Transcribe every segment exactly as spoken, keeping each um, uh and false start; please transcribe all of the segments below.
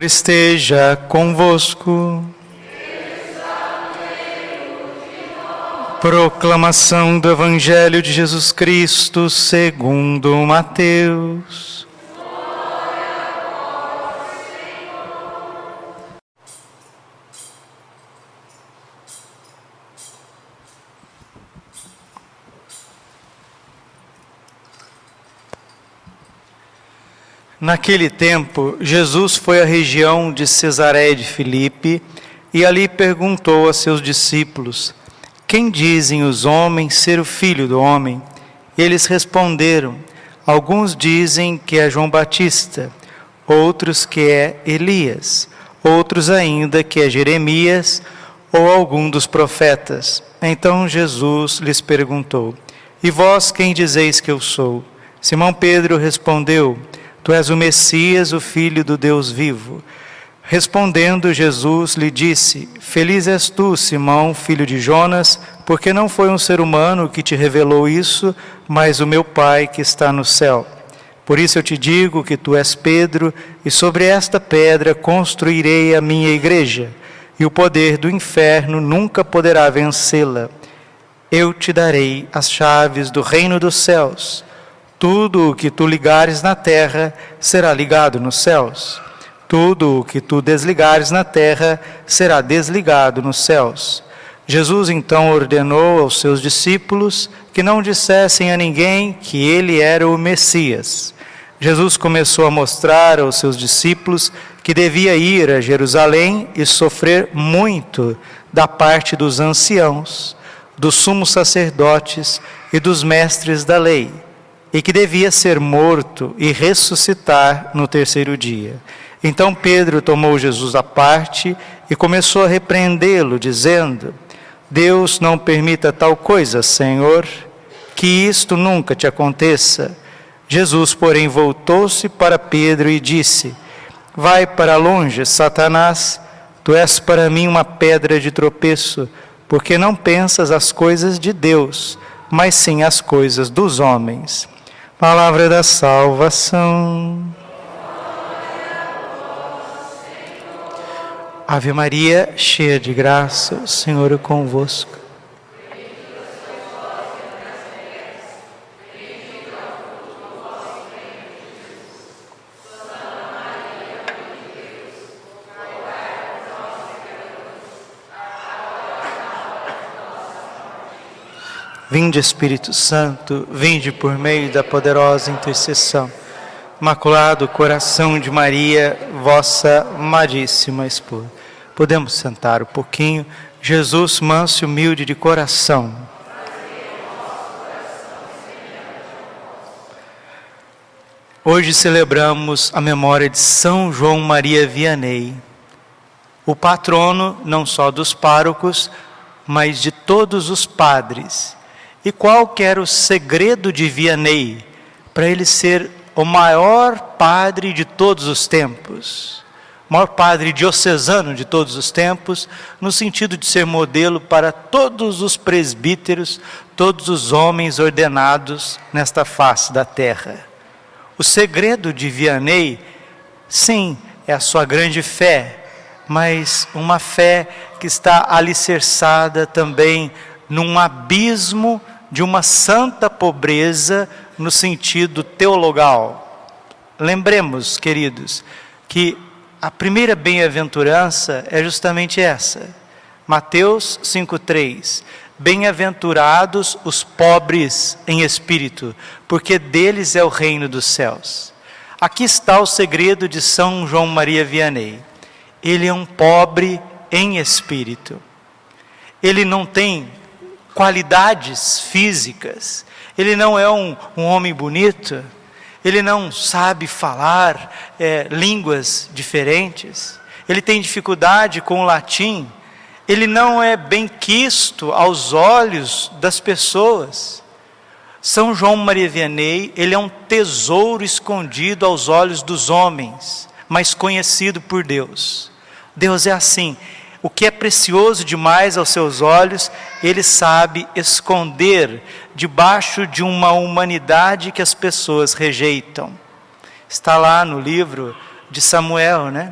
esteja convosco. Proclamação do Evangelho de Jesus Cristo segundo Mateus. Naquele tempo, Jesus foi à região de Cesareia de Filipe e ali perguntou a seus discípulos: quem dizem os homens ser o Filho do Homem? E eles responderam: alguns dizem que é João Batista, outros que é Elias, outros ainda que é Jeremias ou algum dos profetas. Então Jesus lhes perguntou: e vós quem dizeis que eu sou? Simão Pedro respondeu: tu és o Messias, o Filho do Deus vivo. Respondendo Jesus lhe disse: feliz és tu, Simão, filho de Jonas, porque não foi um ser humano que te revelou isso, mas o meu Pai que está no céu. Por isso eu te digo que tu és Pedro, e sobre esta pedra construirei a minha igreja, e o poder do inferno nunca poderá vencê-la. Eu te darei as chaves do reino dos céus. Tudo o que tu ligares na terra será ligado nos céus. Tudo o que tu desligares na terra será desligado nos céus. Jesus então ordenou aos seus discípulos que não dissessem a ninguém que ele era o Messias. Jesus começou a mostrar aos seus discípulos que devia ir a Jerusalém e sofrer muito da parte dos anciãos, dos sumos sacerdotes e dos mestres da lei, e que devia ser morto e ressuscitar no terceiro dia. Então Pedro tomou Jesus à parte e começou a repreendê-lo, dizendo: Deus não permita tal coisa, Senhor, que isto nunca te aconteça. Jesus, porém, voltou-se para Pedro e disse: vai para longe, Satanás, tu és para mim uma pedra de tropeço, porque não pensas as coisas de Deus, mas sim as coisas dos homens. Palavra da salvação. Ave Maria, cheia de graça, o Senhor é convosco. Vinde, Espírito Santo, vinde por meio da poderosa intercessão. Imaculado coração de Maria, vossa amadíssima esposa. Podemos sentar um pouquinho. Jesus, manso e humilde de coração. Hoje celebramos a memória de São João Maria Vianney, o patrono não só dos párocos, mas de todos os padres. E qual que era o segredo de Vianney para ele ser o maior padre de todos os tempos? O maior padre diocesano de todos os tempos, no sentido de ser modelo para todos os presbíteros, todos os homens ordenados nesta face da terra. O segredo de Vianney, sim, é a sua grande fé, mas uma fé que está alicerçada também num abismo de uma santa pobreza no sentido teologal. Lembremos, queridos, que a primeira bem-aventurança é justamente essa. Mateus cinco, três. Bem-aventurados os pobres em espírito, porque deles é o reino dos céus. Aqui está o segredo de São João Maria Vianney. Ele é um pobre em espírito. Ele não tem qualidades físicas, ele não é um, um homem bonito, ele não sabe falar é, línguas diferentes, ele tem dificuldade com o latim, ele não é bem quisto aos olhos das pessoas. São João Maria Vianney, ele é um tesouro escondido aos olhos dos homens, mas conhecido por Deus. Deus é assim. O que é precioso demais aos seus olhos, ele sabe esconder debaixo de uma humanidade que as pessoas rejeitam. Está lá no livro de Samuel, né?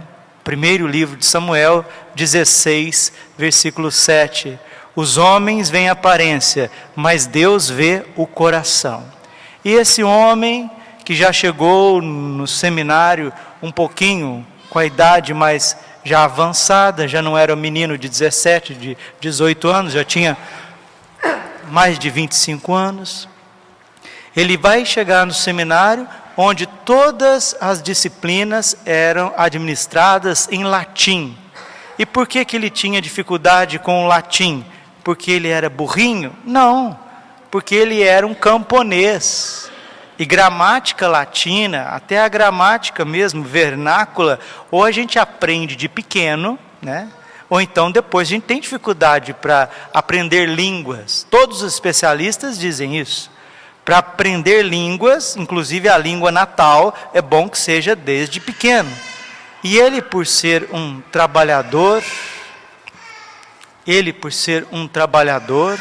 Primeiro livro de Samuel, dezesseis, versículo sete. Os homens veem a aparência, mas Deus vê o coração. E esse homem que já chegou no seminário um pouquinho, com a idade mais já avançada, já não era um menino de dezessete, de dezoito anos, já tinha mais de vinte e cinco anos. Ele vai chegar no seminário onde todas as disciplinas eram administradas em latim. E por que que ele tinha dificuldade com o latim? Porque ele era burrinho? Não, porque ele era um camponês. E gramática latina, até a gramática mesmo, vernácula, ou a gente aprende de pequeno, né? Ou então depois a gente tem dificuldade para aprender línguas. Todos os especialistas dizem isso. Para aprender línguas, inclusive a língua natal, é bom que seja desde pequeno. E ele, por ser um trabalhador, ele, por ser um trabalhador,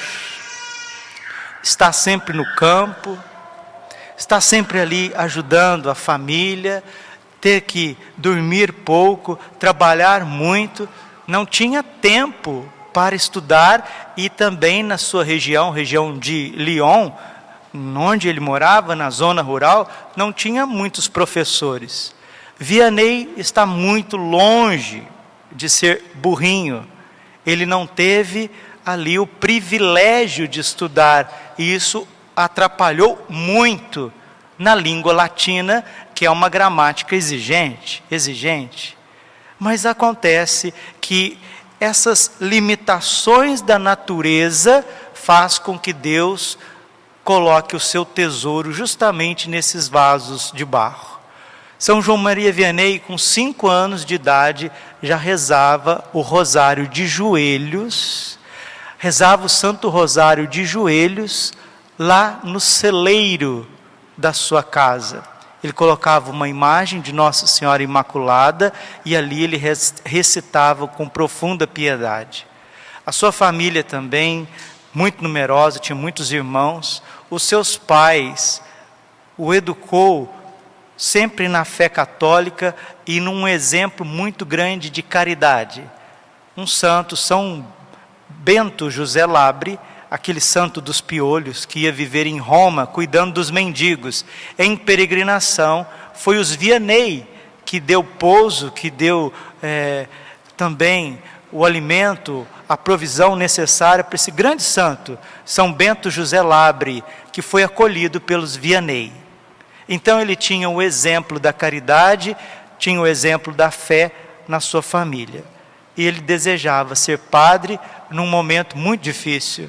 está sempre no campo, está sempre ali ajudando a família, ter que dormir pouco, trabalhar muito, não tinha tempo para estudar. E também na sua região, região de Lyon, onde ele morava, na zona rural, não tinha muitos professores. Vianney está muito longe de ser burrinho. Ele não teve ali o privilégio de estudar, e isso atrapalhou muito na língua latina, que é uma gramática exigente, exigente. Mas acontece que essas limitações da natureza faz com que Deus coloque o seu tesouro justamente nesses vasos de barro. São João Maria Vianney, com cinco anos de idade, já rezava o rosário de joelhos, rezava o Santo Rosário de joelhos, lá no celeiro da sua casa. Ele colocava uma imagem de Nossa Senhora Imaculada e ali ele recitava com profunda piedade. A sua família também, muito numerosa, tinha muitos irmãos. Os seus pais o educou sempre na fé católica e num exemplo muito grande de caridade. Um santo, São Bento José Labre, aquele santo dos piolhos, que ia viver em Roma, cuidando dos mendigos, em peregrinação. Foi os Vianney que deu pouso, que deu é, também o alimento, a provisão necessária para esse grande santo, São Bento José Labre, que foi acolhido pelos Vianney. Então ele tinha o exemplo da caridade, tinha o exemplo da fé na sua família. E ele desejava ser padre num momento muito difícil.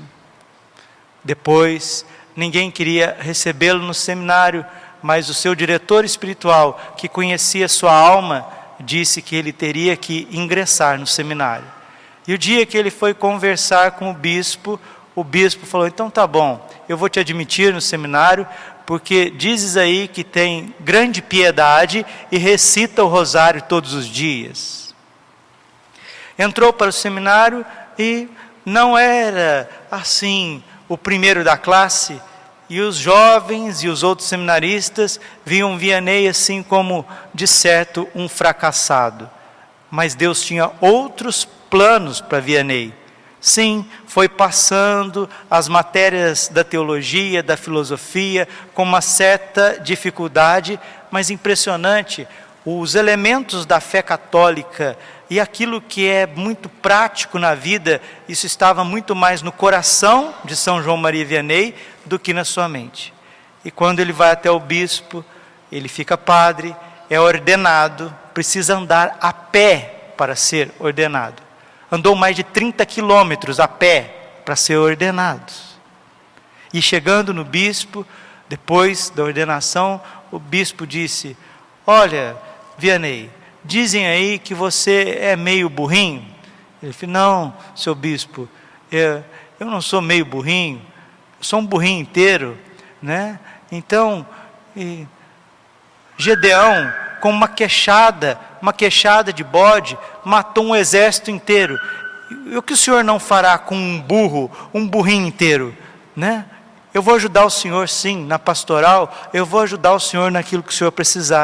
Depois, ninguém queria recebê-lo no seminário, mas o seu diretor espiritual, que conhecia sua alma, disse que ele teria que ingressar no seminário. E o dia que ele foi conversar com o bispo, o bispo falou: então tá bom, eu vou te admitir no seminário, porque dizes aí que tem grande piedade e recita o rosário todos os dias. Entrou para o seminário e não era assim o primeiro da classe, e os jovens e os outros seminaristas viam Vianney assim como, de certo, um fracassado. Mas Deus tinha outros planos para Vianney. Sim, foi passando as matérias da teologia, da filosofia, com uma certa dificuldade, mas impressionante, os elementos da fé católica e aquilo que é muito prático na vida, isso estava muito mais no coração de São João Maria Vianney do que na sua mente. E quando ele vai até o bispo, ele fica padre, é ordenado, precisa andar a pé para ser ordenado. Andou mais de trinta quilômetros a pé para ser ordenado. E chegando no bispo, depois da ordenação, o bispo disse: olha, Vianney, dizem aí que você é meio burrinho. Ele falou: não, seu bispo, eu, eu não sou meio burrinho, eu sou um burrinho inteiro, né? Então, e, Gedeão, com uma queixada, uma queixada de bode, matou um exército inteiro. E o que o senhor não fará com um burro, um burrinho inteiro, né? Eu vou ajudar o senhor sim, na pastoral, eu vou ajudar o senhor naquilo que o senhor precisar.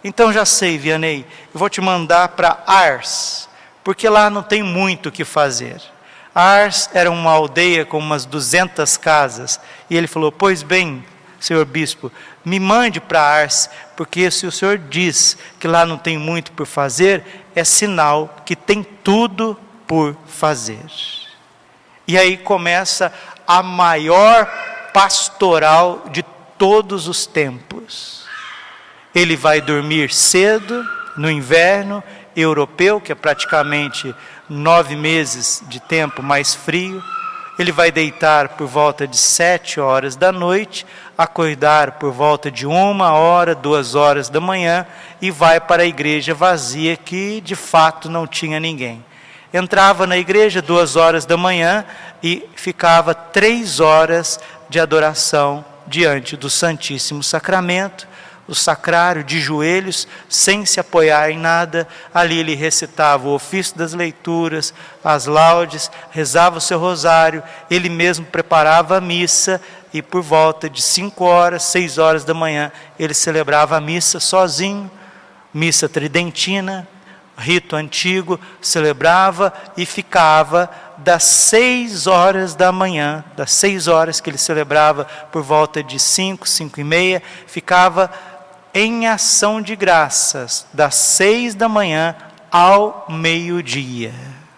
Então já sei, Vianney, eu vou te mandar para Ars, porque lá não tem muito o que fazer. Ars era uma aldeia com umas duzentas casas. E ele falou, pois bem, senhor bispo, me mande para Ars, porque se o senhor diz que lá não tem muito por fazer, é sinal que tem tudo por fazer. E aí começa a maior pastoral de todos os tempos. Ele vai dormir cedo, no inverno europeu, que é praticamente nove meses de tempo mais frio. Ele vai deitar por volta de sete horas da noite, acordar por volta de uma hora, duas horas da manhã, e vai para a igreja vazia, que de fato não tinha ninguém. Entrava na igreja duas horas da manhã e ficava três horas de adoração diante do Santíssimo Sacramento, o sacrário de joelhos, sem se apoiar em nada. Ali ele recitava o ofício das leituras, as laudes, rezava o seu rosário, ele mesmo preparava a missa, e por volta de cinco horas, seis horas da manhã, ele celebrava a missa sozinho, missa tridentina, rito antigo, celebrava e ficava das seis horas da manhã, das seis horas que ele celebrava, por volta de cinco, cinco e meia, ficava em ação de graças, das seis da manhã ao meio-dia.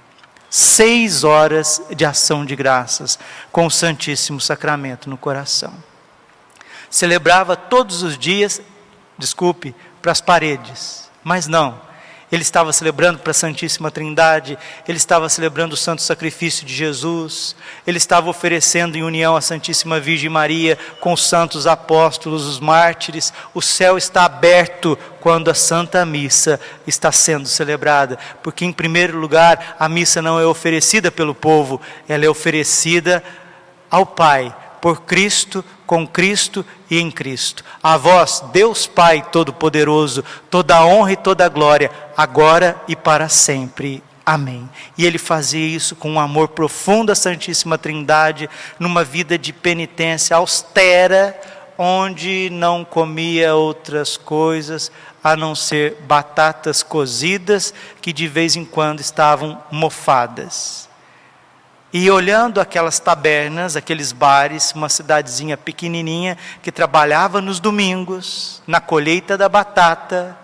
Seis horas de ação de graças, com o Santíssimo Sacramento no coração. Celebrava todos os dias, desculpe, para as paredes, mas não. Ele estava celebrando para a Santíssima Trindade, ele estava celebrando o santo sacrifício de Jesus, ele estava oferecendo em união à Santíssima Virgem Maria com os santos apóstolos, os mártires. O céu está aberto quando a Santa Missa está sendo celebrada, porque em primeiro lugar a missa não é oferecida pelo povo, ela é oferecida ao Pai, por Cristo, com Cristo e em Cristo. A vós, Deus Pai Todo-Poderoso, toda a honra e toda a glória, agora e para sempre. Amém. E ele fazia isso com um amor profundo à Santíssima Trindade, numa vida de penitência austera, onde não comia outras coisas, a não ser batatas cozidas, que de vez em quando estavam mofadas. E olhando aquelas tabernas, aqueles bares, uma cidadezinha pequenininha que trabalhava nos domingos, na colheita da batata,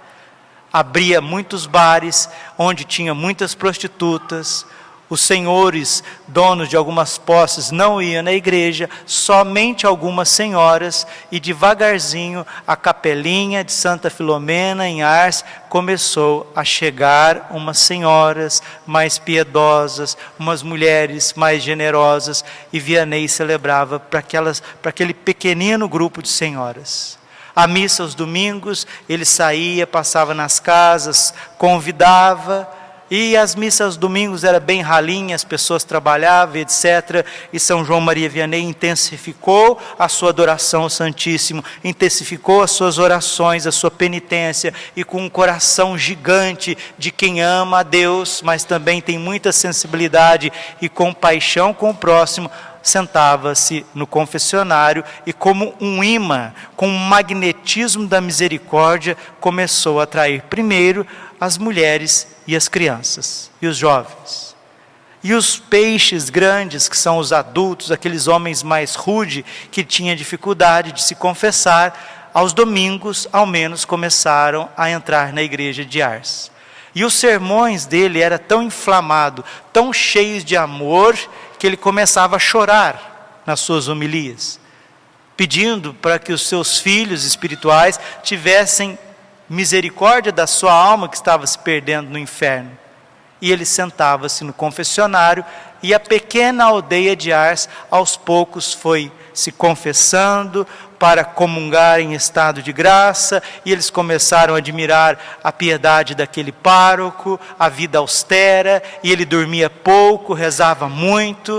abria muitos bares, onde tinha muitas prostitutas. Os senhores, donos de algumas posses, não iam na igreja, somente algumas senhoras, e devagarzinho a capelinha de Santa Filomena em Ars começou a chegar umas senhoras mais piedosas, umas mulheres mais generosas, e Vianney celebrava para aquelas, para aquele pequenino grupo de senhoras. A missa aos domingos, ele saía, passava nas casas, convidava. E as missas aos domingos eram bem ralinhas, as pessoas trabalhavam, etcétera. E São João Maria Vianney intensificou a sua adoração ao Santíssimo, intensificou as suas orações, a sua penitência, e com um coração gigante de quem ama a Deus, mas também tem muita sensibilidade e compaixão com o próximo, sentava-se no confessionário e, como um imã, com um magnetismo da misericórdia, começou a atrair primeiro as mulheres e as crianças e os jovens. E os peixes grandes, que são os adultos, aqueles homens mais rudes, que tinham dificuldade de se confessar, aos domingos, ao menos, começaram a entrar na igreja de Ars. E os sermões dele eram tão inflamados, tão cheios de amor, que ele começava a chorar nas suas homilias, pedindo para que os seus filhos espirituais tivessem misericórdia da sua alma que estava se perdendo no inferno. E ele sentava-se no confessionário, e a pequena aldeia de Ars, aos poucos, foi se confessando para comungar em estado de graça, e eles começaram a admirar a piedade daquele pároco, a vida austera, e ele dormia pouco, rezava muito.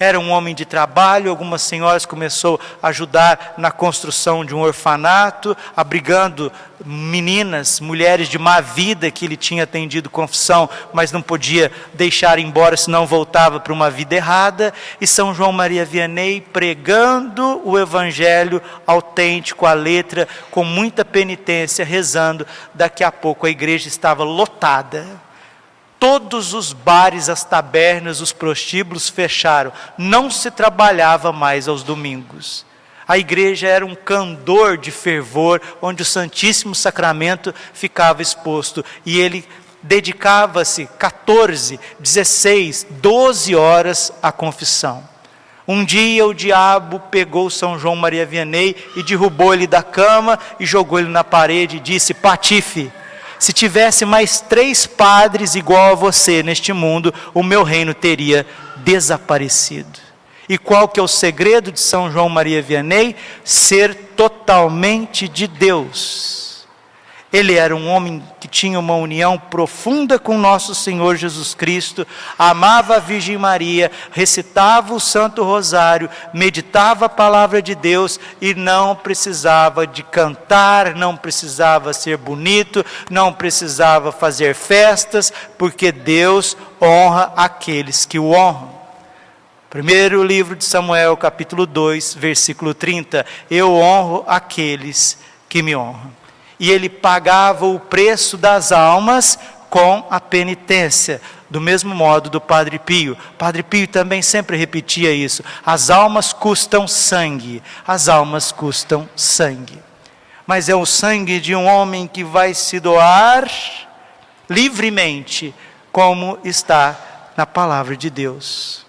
era um homem de trabalho. Algumas senhoras começou a ajudar na construção de um orfanato, abrigando meninas, mulheres de má vida que ele tinha atendido confissão, mas não podia deixar embora, senão voltava para uma vida errada. E São João Maria Vianney pregando o evangelho autêntico, a letra, com muita penitência, rezando. Daqui a pouco a igreja estava lotada. Todos os bares, as tabernas, os prostíbulos fecharam. Não se trabalhava mais aos domingos. A igreja era um candor de fervor, onde o Santíssimo Sacramento ficava exposto. E ele dedicava-se quatorze, dezesseis, doze horas à confissão. Um dia o diabo pegou São João Maria Vianney e derrubou ele da cama e jogou ele na parede e disse: Patife, se tivesse mais três padres igual a você neste mundo, o meu reino teria desaparecido. E qual que é o segredo de São João Maria Vianney? Ser totalmente de Deus. Ele era um homem que tinha uma união profunda com nosso Senhor Jesus Cristo, amava a Virgem Maria, recitava o Santo Rosário, meditava a palavra de Deus e não precisava de cantar, não precisava ser bonito, não precisava fazer festas, porque Deus honra aqueles que o honram. Primeiro livro de Samuel, capítulo dois, versículo trinta, eu honro aqueles que me honram. E ele pagava o preço das almas com a penitência, do mesmo modo do Padre Pio. Padre Pio também sempre repetia isso: as almas custam sangue, as almas custam sangue. Mas é o sangue de um homem que vai se doar livremente, como está na palavra de Deus.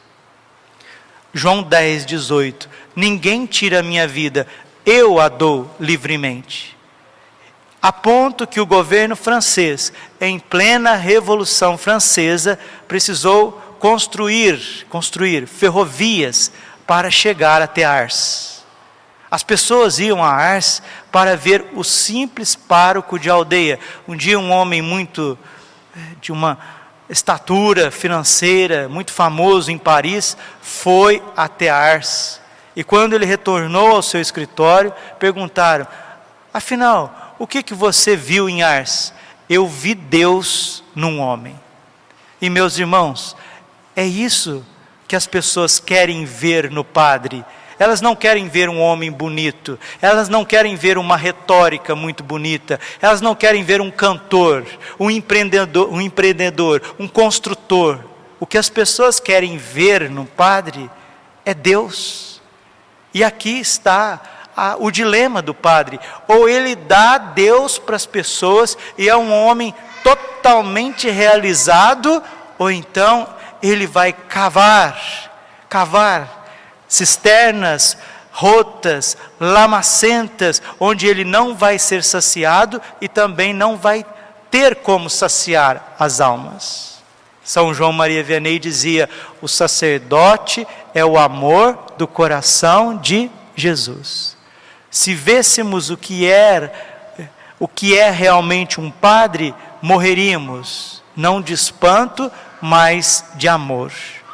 João dez, dezoito, ninguém tira a minha vida, eu a dou livremente. A ponto que o governo francês, em plena Revolução Francesa, precisou construir, construir ferrovias para chegar até Ars. As pessoas iam a Ars para ver o simples pároco de aldeia. Um dia um homem muito, de uma estatura financeira, muito famoso em Paris, foi até Ars. E quando ele retornou ao seu escritório, perguntaram: afinal, o que que você viu em Ars? Eu vi Deus num homem. E meus irmãos, é isso que as pessoas querem ver no padre. Elas não querem ver um homem bonito, elas não querem ver uma retórica muito bonita, elas não querem ver um cantor, um empreendedor, um empreendedor, um construtor. O que as pessoas querem ver no padre é Deus. E aqui está a, o dilema do padre: ou ele dá Deus para as pessoas e é um homem totalmente realizado, ou então ele vai cavar, cavar cisternas rotas, lamacentas, onde ele não vai ser saciado e também não vai ter como saciar as almas. São João Maria Vianney dizia: o sacerdote é o amor do coração de Jesus. Se vêssemos o que é, o que é realmente um padre, morreríamos, não de espanto, mas de amor.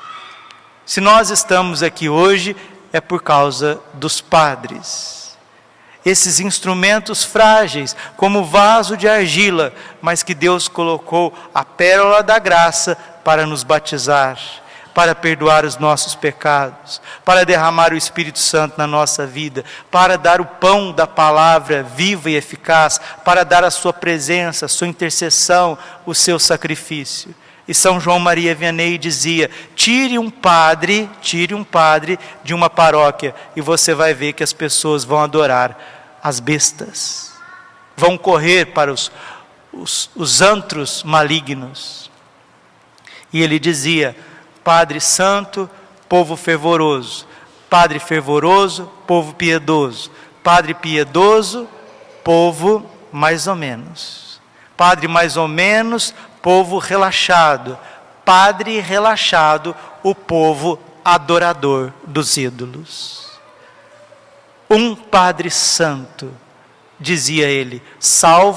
Se nós estamos aqui hoje, é por causa dos padres. Esses instrumentos frágeis, como vaso de argila, mas que Deus colocou a pérola da graça para nos batizar, para perdoar os nossos pecados, para derramar o Espírito Santo na nossa vida, para dar o pão da palavra viva e eficaz, para dar a sua presença, a sua intercessão, o seu sacrifício. E São João Maria Vianney dizia: tire um padre, tire um padre de uma paróquia e você vai ver que as pessoas vão adorar as bestas, vão correr para os, os, os antros malignos. E ele dizia: Padre santo, povo fervoroso, padre fervoroso, povo piedoso, padre piedoso, povo mais ou menos, padre mais ou menos, povo relaxado, padre relaxado, o povo adorador dos ídolos. Um padre santo, dizia ele, salva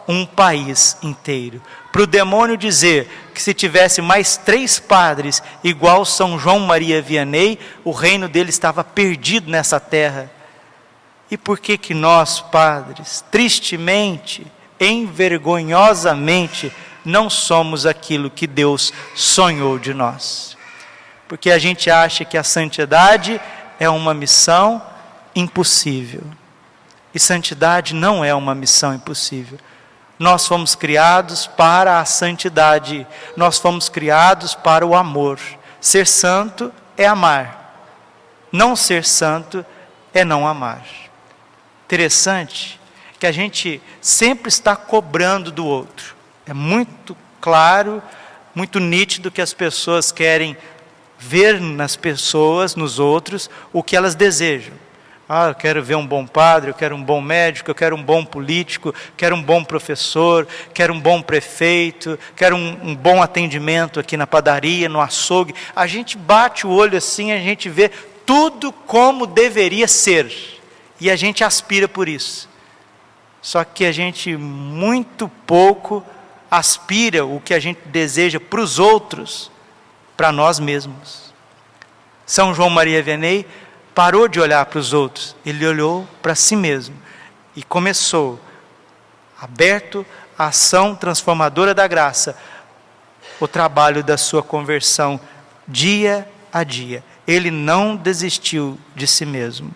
um país inteiro. Para o demônio dizer que se tivesse mais três padres igual São João Maria Vianney, o reino dele estava perdido nessa terra. E por que que nós, padres, tristemente, envergonhosamente, não somos aquilo que Deus sonhou de nós? Porque a gente acha que a santidade é uma missão impossível. E santidade não é uma missão impossível. Nós fomos criados para a santidade. Nós fomos criados para o amor. Ser santo é amar. Não ser santo é não amar. Interessante que a gente sempre está cobrando do outro. É muito claro, muito nítido que as pessoas querem ver nas pessoas, nos outros, o que elas desejam. Ah, eu quero ver um bom padre, eu quero um bom médico, eu quero um bom político, quero um bom professor, quero um bom prefeito, quero um, um bom atendimento aqui na padaria, no açougue. A gente bate o olho assim, a gente vê tudo como deveria ser. E a gente aspira por isso. Só que a gente muito pouco aspira o que a gente deseja para os outros, para nós mesmos. São João Maria Vianney parou de olhar para os outros, ele olhou para si mesmo e começou, aberto à ação transformadora da graça, o trabalho da sua conversão dia a dia. Ele não desistiu de si mesmo.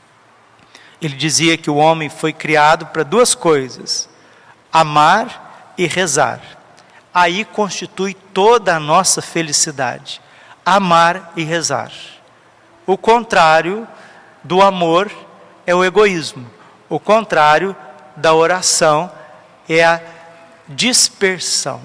Ele dizia que o homem foi criado para duas coisas: amar e rezar. Aí constitui toda a nossa felicidade, amar e rezar. O contrário do amor é o egoísmo. O contrário da oração é a dispersão.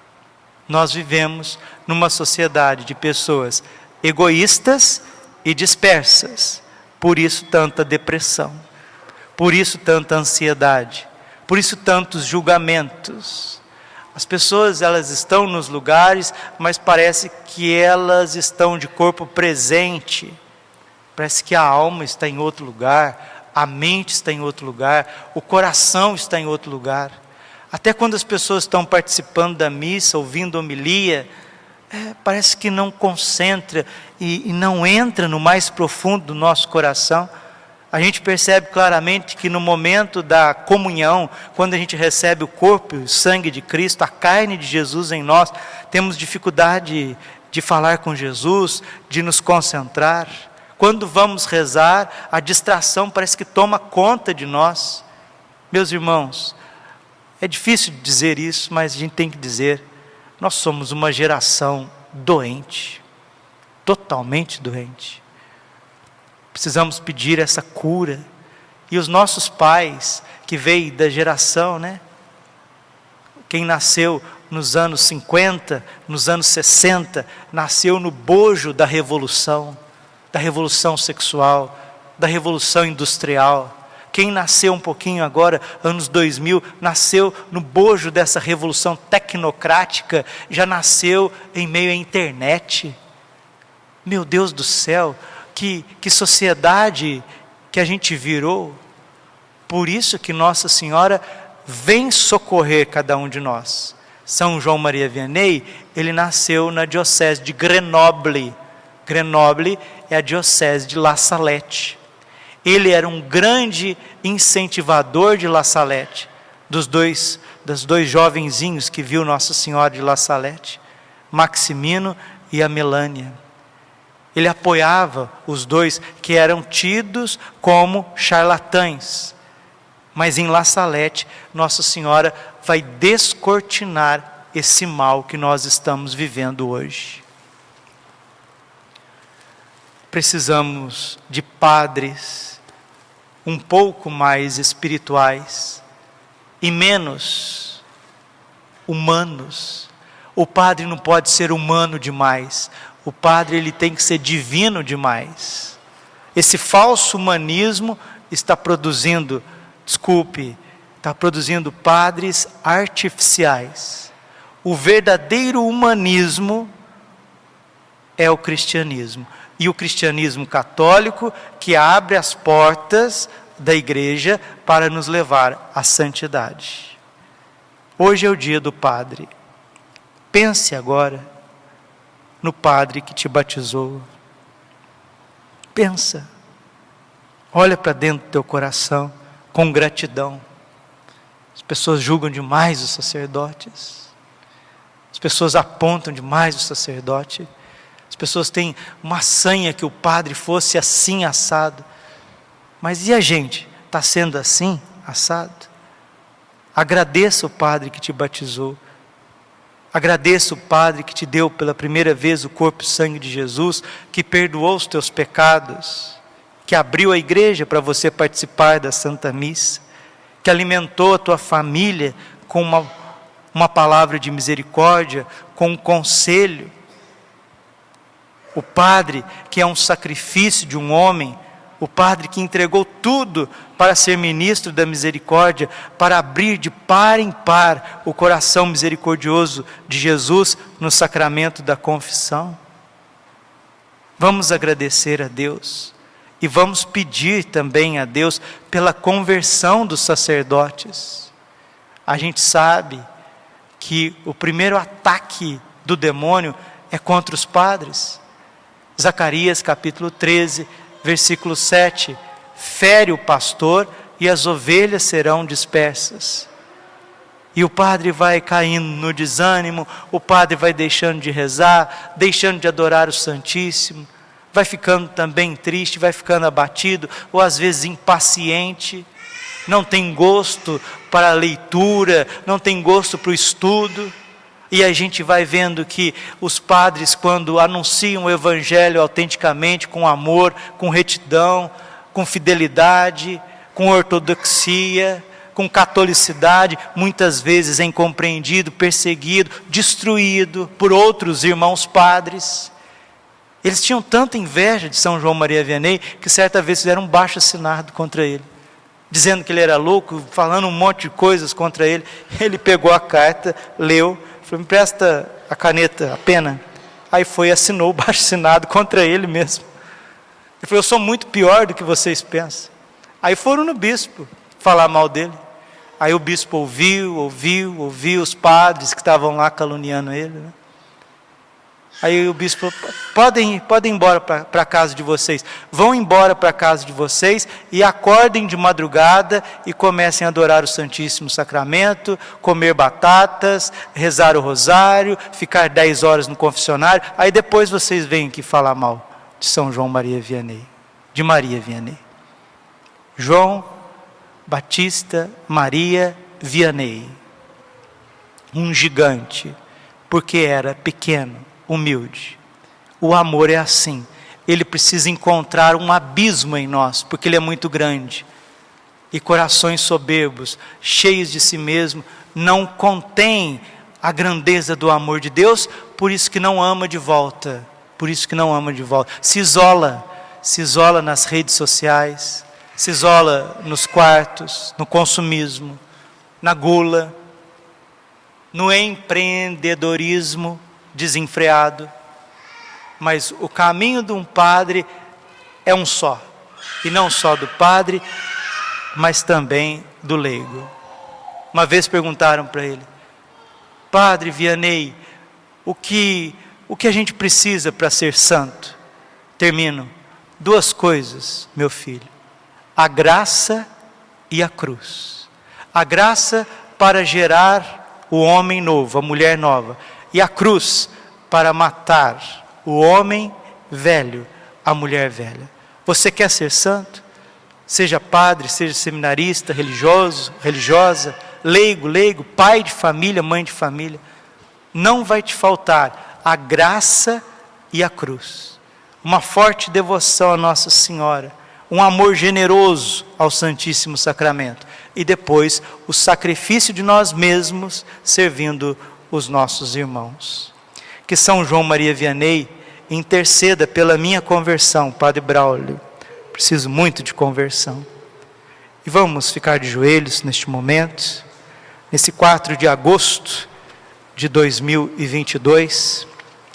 Nós vivemos numa sociedade de pessoas egoístas e dispersas. Por isso tanta depressão. Por isso tanta ansiedade. Por isso tantos julgamentos. As pessoas, elas estão nos lugares, mas parece que elas estão de corpo presente. Parece que a alma está em outro lugar, a mente está em outro lugar, o coração está em outro lugar. Até quando as pessoas estão participando da missa, ouvindo homilia, é, parece que não concentra e, e não entra no mais profundo do nosso coração. A gente percebe claramente que no momento da comunhão, quando a gente recebe o corpo e o sangue de Cristo, a carne de Jesus em nós, temos dificuldade de falar com Jesus, de nos concentrar. Quando vamos rezar, a distração parece que toma conta de nós. Meus irmãos, é difícil dizer isso, mas a gente tem que dizer, nós somos uma geração doente, totalmente doente. Precisamos pedir essa cura. E os nossos pais, que veio da geração, né? Quem nasceu nos anos cinquenta, nos anos sessenta, nasceu no bojo da revolução, da revolução sexual, da revolução industrial. Quem nasceu um pouquinho agora, anos dois mil, nasceu no bojo dessa revolução tecnocrática, já nasceu em meio à internet. Meu Deus do céu, que, que sociedade que a gente virou. Por isso que Nossa Senhora vem socorrer cada um de nós. São João Maria Vianney, ele nasceu na diocese de Grenoble. Grenoble é a diocese de La Salette. Ele era um grande incentivador de La Salette, dos dois, dos dois jovenzinhos que viu Nossa Senhora de La Salette, Maximino e a Melânia. Ele apoiava os dois que eram tidos como charlatães. Mas em La Salette, Nossa Senhora vai descortinar esse mal que nós estamos vivendo hoje. Precisamos de padres um pouco mais espirituais e menos humanos. O padre não pode ser humano demais. O padre ele tem que ser divino demais. Esse falso humanismo está produzindo, desculpe, está produzindo padres artificiais. O verdadeiro humanismo é o cristianismo. E o cristianismo católico que abre as portas da igreja para nos levar à santidade. Hoje é o dia do Padre. Pense agora no Padre que te batizou. Pensa. Olha para dentro do teu coração com gratidão. As pessoas julgam demais os sacerdotes. As pessoas apontam demais o sacerdote. As pessoas têm uma sanha que o padre fosse assim assado. Mas e a gente? Está sendo assim assado? Agradeça o Padre que te batizou. Agradeça o Padre que te deu pela primeira vez o corpo e sangue de Jesus, que perdoou os teus pecados, que abriu a igreja para você participar da Santa Missa, que alimentou a tua família com uma, uma palavra de misericórdia, com um conselho. O Padre que é um sacrifício de um homem, o Padre que entregou tudo para ser ministro da misericórdia, para abrir de par em par o coração misericordioso de Jesus no sacramento da confissão. Vamos agradecer a Deus e vamos pedir também a Deus pela conversão dos sacerdotes. A gente sabe que o primeiro ataque do demônio é contra os padres. Zacarias capítulo treze, versículo sete, fere o pastor e as ovelhas serão dispersas. E o padre vai caindo no desânimo, o padre vai deixando de rezar, deixando de adorar o Santíssimo, vai ficando também triste, vai ficando abatido, ou às vezes impaciente, não tem gosto para a leitura, não tem gosto para o estudo. E a gente vai vendo que os padres, quando anunciam o Evangelho autenticamente, com amor, com retidão, com fidelidade, com ortodoxia, com catolicidade, muitas vezes é incompreendido, perseguido, destruído por outros irmãos padres. Eles tinham tanta inveja de São João Maria Vianney, que certa vez fizeram um baixo-assinado contra ele, dizendo que ele era louco, falando um monte de coisas contra ele. Ele pegou a carta, leu, falou, me presta a caneta, a pena. Aí foi e assinou o baixo-assinado contra ele mesmo. Ele falou, eu sou muito pior do que vocês pensam. Aí foram no bispo falar mal dele. Aí o bispo ouviu, ouviu, ouviu os padres que estavam lá caluniando ele, né? Aí o bispo falou, podem, podem ir embora para a casa de vocês. Vão embora para a casa de vocês e acordem de madrugada e comecem a adorar o Santíssimo Sacramento, comer batatas, rezar o rosário, ficar dez horas no confessionário. Aí depois vocês vêm aqui falar mal de São João Maria Vianney, de Maria Vianney. João Batista Maria Vianney, um gigante, porque era pequeno, humilde. O amor é assim, ele precisa encontrar um abismo em nós, porque ele é muito grande, e corações soberbos, cheios de si mesmo, não contêm a grandeza do amor de Deus, por isso que não ama de volta, por isso que não ama de volta, se isola, se isola nas redes sociais, se isola nos quartos, no consumismo, na gula, no empreendedorismo desenfreado. Mas o caminho de um padre é um só, e não só do padre, mas também do leigo. Uma vez perguntaram para ele, Padre Vianney, o que, o que a gente precisa para ser santo? Termino, duas coisas, meu filho, a graça e a cruz. A graça para gerar o homem novo, a mulher nova, e a cruz para matar o homem velho, a mulher velha. Você quer ser santo? Seja padre, seja seminarista, religioso, religiosa, leigo, leigo, pai de família, mãe de família. Não vai te faltar a graça e a cruz. Uma forte devoção a Nossa Senhora, um amor generoso ao Santíssimo Sacramento. E depois o sacrifício de nós mesmos servindo os nossos irmãos. Que São João Maria Vianney interceda pela minha conversão, Padre Braulio. Preciso muito de conversão. E vamos ficar de joelhos neste momento, nesse quatro de agosto de dois mil e vinte e dois.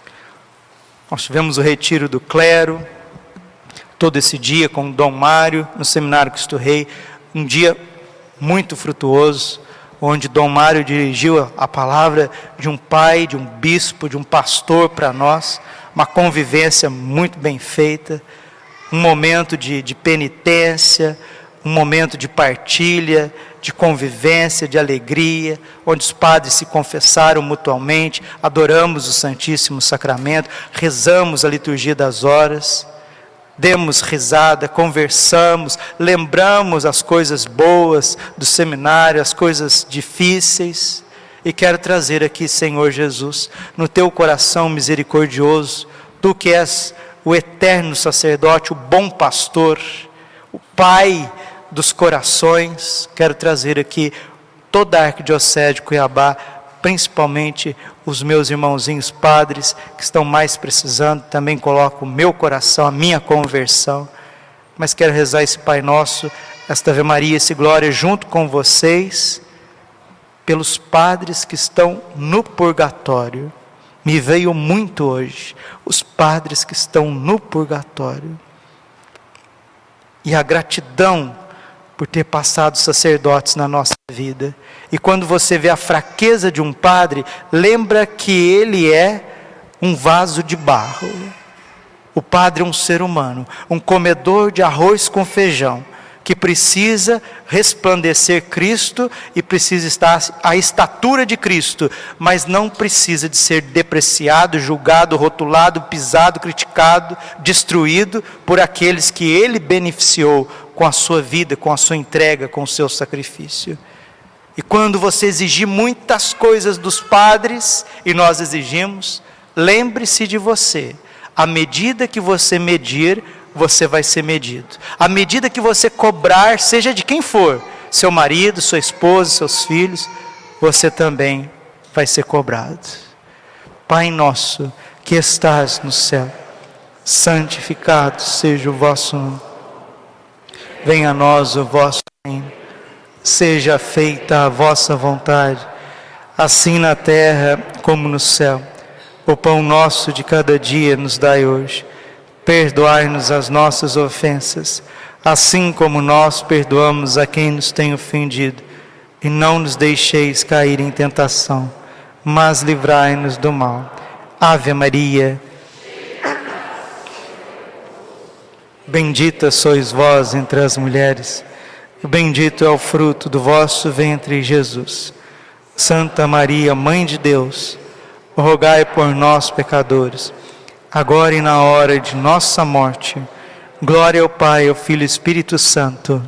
Nós tivemos o retiro do clero, todo esse dia com o Dom Mário, no Seminário Cristo Rei, um dia muito frutuoso, onde Dom Mário dirigiu a palavra de um pai, de um bispo, de um pastor para nós, uma convivência muito bem feita, um momento de, de penitência, um momento de partilha, de convivência, de alegria, onde os padres se confessaram mutuamente, adoramos o Santíssimo Sacramento, rezamos a liturgia das horas, demos risada, conversamos, lembramos as coisas boas do seminário, as coisas difíceis, e quero trazer aqui, Senhor Jesus, no teu coração misericordioso, tu que és o eterno sacerdote, o bom pastor, o Pai dos corações, quero trazer aqui toda a Arquidiocese de Cuiabá, principalmente os meus irmãozinhos padres, que estão mais precisando, também coloco o meu coração, a minha conversão, mas quero rezar esse Pai Nosso, esta Ave Maria, esse Glória, junto com vocês, pelos padres que estão no purgatório. Me veio muito hoje, os padres que estão no purgatório, e a gratidão por ter passado sacerdotes na nossa vida. E quando você vê a fraqueza de um padre, lembra que ele é um vaso de barro. O padre é um ser humano, um comedor de arroz com feijão, que precisa resplandecer Cristo e precisa estar à estatura de Cristo, mas não precisa de ser depreciado, julgado, rotulado, pisado, criticado, destruído por aqueles que ele beneficiou com a sua vida, com a sua entrega, com o seu sacrifício. E quando você exigir muitas coisas dos padres, e nós exigimos, lembre-se de você. À medida que você medir, você vai ser medido. À medida que você cobrar, seja de quem for, seu marido, sua esposa, seus filhos, você também vai ser cobrado. Pai nosso, que estás no céu, santificado seja o vosso nome. Venha a nós o vosso reino. Seja feita a vossa vontade, assim na terra como no céu. O pão nosso de cada dia nos dai hoje. Perdoai-nos as nossas ofensas, assim como nós perdoamos a quem nos tem ofendido. E não nos deixeis cair em tentação, mas livrai-nos do mal. Ave Maria, bendita sois vós entre as mulheres, e bendito é o fruto do vosso ventre, Jesus. Santa Maria, Mãe de Deus, rogai por nós, pecadores, agora e na hora de nossa morte. Glória ao Pai, ao Filho e ao Espírito Santo.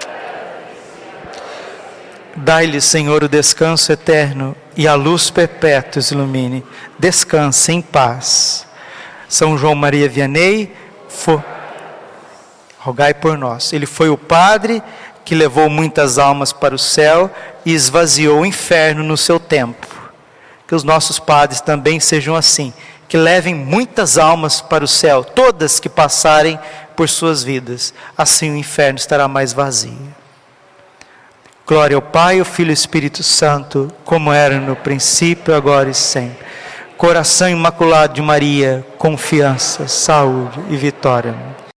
Dai-lhe, Senhor, o descanso eterno e a luz perpétua os ilumine. Descanse em paz. São João Maria Vianney, for... rogai por nós. Ele foi o padre que levou muitas almas para o céu e esvaziou o inferno no seu tempo. Que os nossos padres também sejam assim, que levem muitas almas para o céu, todas que passarem por suas vidas. Assim o inferno estará mais vazio. Glória ao Pai, ao Filho e ao Espírito Santo, como era no princípio, agora e sempre. Coração imaculado de Maria, confiança, saúde e vitória.